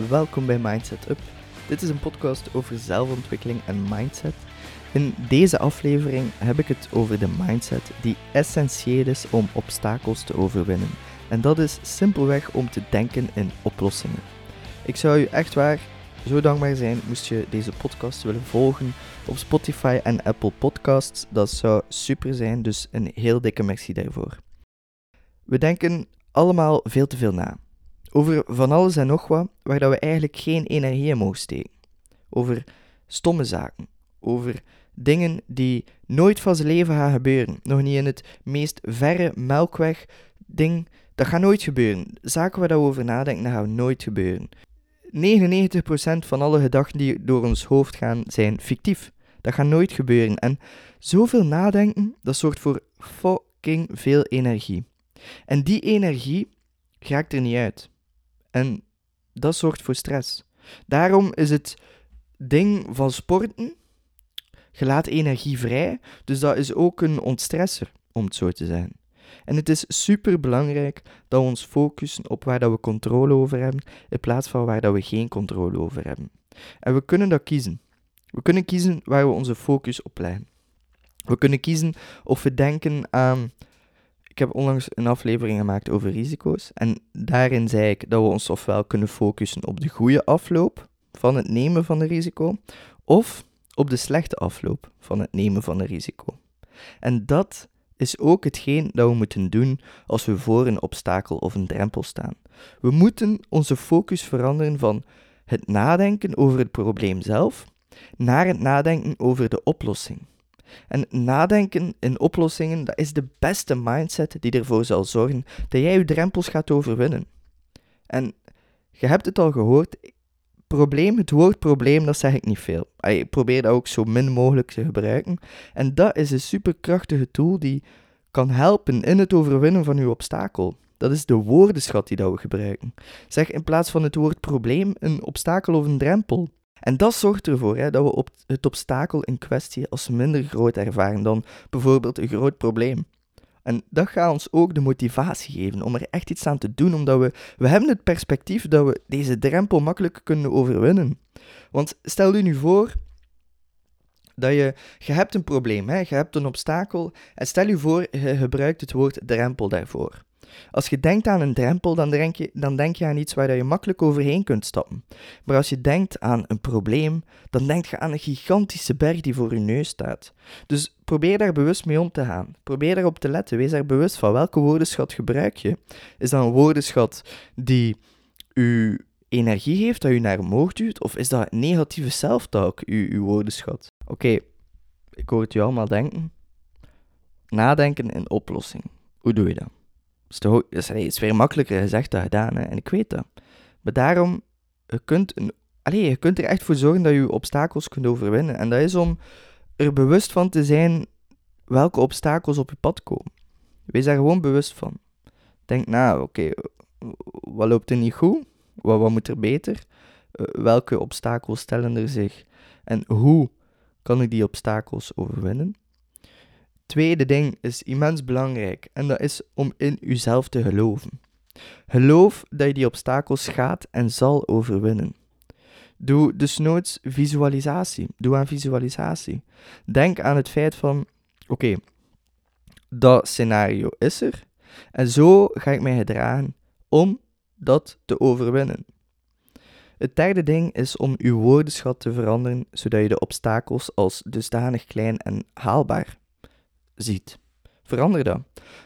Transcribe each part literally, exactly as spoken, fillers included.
en welkom bij Mindset Up. Dit is een podcast over zelfontwikkeling en mindset. In deze aflevering heb ik het over de mindset die essentieel is om obstakels te overwinnen. En dat is simpelweg om te denken in oplossingen. Ik zou u echt waar zo dankbaar zijn moest je deze podcast willen volgen op Spotify en Apple Podcasts. Dat zou super zijn, dus een heel dikke merci daarvoor. We denken allemaal veel te veel na. Over van alles en nog wat, waar dat we eigenlijk geen energie in mogen steken. Over stomme zaken. Over dingen die nooit van zijn leven gaan gebeuren. Nog niet in het meest verre melkweg ding. Dat gaat nooit gebeuren. Zaken waar dat we over nadenken, dat gaan nooit gebeuren. negenennegentig procent van alle gedachten die door ons hoofd gaan, zijn fictief. Dat gaat nooit gebeuren. En zoveel nadenken, dat zorgt voor fucking veel energie. En die energie raakt er niet uit. En dat zorgt voor stress. Daarom is het ding van sporten, je laat energie vrij, dus dat is ook een ontstresser, om het zo te zijn. En het is super belangrijk dat we ons focussen op waar dat we controle over hebben, in plaats van waar dat we geen controle over hebben. En we kunnen dat kiezen. We kunnen kiezen waar we onze focus op leggen. We kunnen kiezen of we denken aan... Ik heb onlangs een aflevering gemaakt over risico's en daarin zei ik dat we ons ofwel kunnen focussen op de goede afloop van het nemen van een risico, of op de slechte afloop van het nemen van een risico. En dat is ook hetgeen dat we moeten doen als we voor een obstakel of een drempel staan. We moeten onze focus veranderen van het nadenken over het probleem zelf naar het nadenken over de oplossing. En nadenken in oplossingen, dat is de beste mindset die ervoor zal zorgen dat jij je drempels gaat overwinnen. En je hebt het al gehoord, probleem, het woord probleem, dat zeg ik niet veel. Ik probeer dat ook zo min mogelijk te gebruiken. En dat is een superkrachtige tool die kan helpen in het overwinnen van je obstakel. Dat is de woordenschat die dat we gebruiken. Zeg in plaats van het woord probleem een obstakel of een drempel. En dat zorgt ervoor hè, dat we op het obstakel in kwestie als minder groot ervaren dan bijvoorbeeld een groot probleem. En dat gaat ons ook de motivatie geven om er echt iets aan te doen, omdat we, we hebben het perspectief dat we deze drempel makkelijk kunnen overwinnen. Want stel u nu voor dat je, je hebt een probleem, hè, je hebt een obstakel en stel u voor je gebruikt het woord drempel daarvoor. Als je denkt aan een drempel, dan denk je, dan denk je aan iets waar je makkelijk overheen kunt stappen. Maar als je denkt aan een probleem, dan denk je aan een gigantische berg die voor je neus staat. Dus probeer daar bewust mee om te gaan. Probeer daarop te letten. Wees daar bewust van. Welke woordenschat gebruik je? Is dat een woordenschat die u energie geeft, dat u naar omhoog duwt? Of is dat negatieve self-talk, uw, uw woordenschat? Oké, okay, ik hoor het je allemaal denken. Nadenken in oplossing. Hoe doe je dat? Dat is, het is weer makkelijker gezegd dan gedaan, hè? En ik weet dat. Maar daarom, je kunt, een, allez, je kunt er echt voor zorgen dat je obstakels kunt overwinnen. En dat is om er bewust van te zijn welke obstakels op je pad komen. Wees daar gewoon bewust van. Denk na, oké, okay, wat loopt er niet goed? Wat, wat moet er beter? Uh, welke obstakels stellen er zich? En hoe kan ik die obstakels overwinnen? Tweede ding is immens belangrijk en dat is om in uzelf te geloven. Geloof dat je die obstakels gaat en zal overwinnen. Doe dus nooit visualisatie. Doe aan visualisatie. Denk aan het feit van, oké, okay, dat scenario is er en zo ga ik mij gedragen om dat te overwinnen. Het derde ding is om uw woordenschat te veranderen, zodat je de obstakels als dusdanig klein en haalbaar ziet. Verander dat.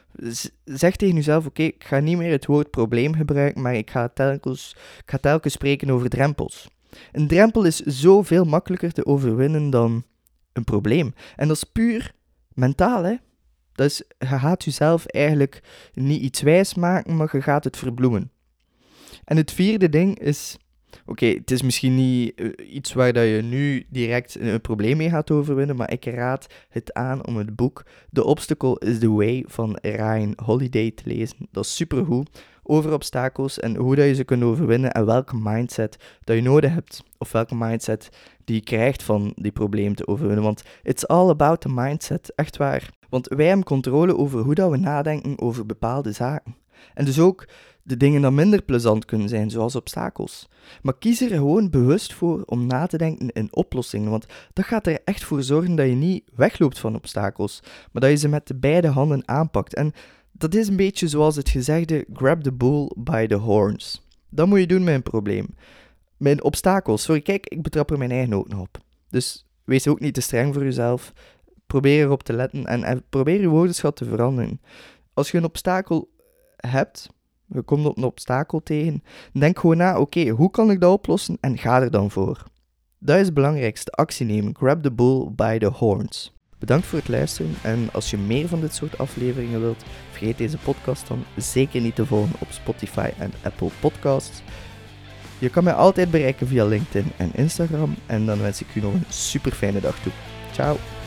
Zeg tegen jezelf, oké, okay, ik ga niet meer het woord probleem gebruiken, maar ik ga, telkens, ik ga telkens spreken over drempels. Een drempel is zoveel makkelijker te overwinnen dan een probleem. En dat is puur mentaal, hè. Dat is, je gaat jezelf eigenlijk niet iets wijs maken, maar je gaat het verbloemen. En het vierde ding is... Oké, okay, het is misschien niet uh, iets waar dat je nu direct een probleem mee gaat overwinnen, maar ik raad het aan om het boek The Obstacle is the Way van Ryan Holiday te lezen. Dat is supergoed, over obstakels en hoe dat je ze kunt overwinnen en welke mindset dat je nodig hebt. Of welke mindset die je krijgt van die probleem te overwinnen, want it's all about the mindset, echt waar. Want wij hebben controle over hoe dat we nadenken over bepaalde zaken. En dus ook de dingen die minder plezant kunnen zijn, zoals obstakels. Maar kies er gewoon bewust voor om na te denken in oplossingen, want dat gaat er echt voor zorgen dat je niet wegloopt van obstakels, maar dat je ze met de beide handen aanpakt. En dat is een beetje zoals het gezegde grab the bull by the horns. Dat moet je doen met een probleem. Met obstakels, sorry, kijk, ik betrap er mijn eigen ook nog op. Dus wees ook niet te streng voor jezelf. Probeer erop te letten en, en probeer je woordenschat te veranderen. Als je een obstakel hebt, je komt op een obstakel tegen, denk gewoon na, oké, okay, hoe kan ik dat oplossen en ga er dan voor. Dat is het belangrijkste, actie nemen. Grab the bull by the horns. Bedankt voor het luisteren en als je meer van dit soort afleveringen wilt, vergeet deze podcast dan zeker niet te volgen op Spotify en Apple Podcasts. Je kan mij altijd bereiken via LinkedIn en Instagram en dan wens ik u nog een super fijne dag toe. Ciao!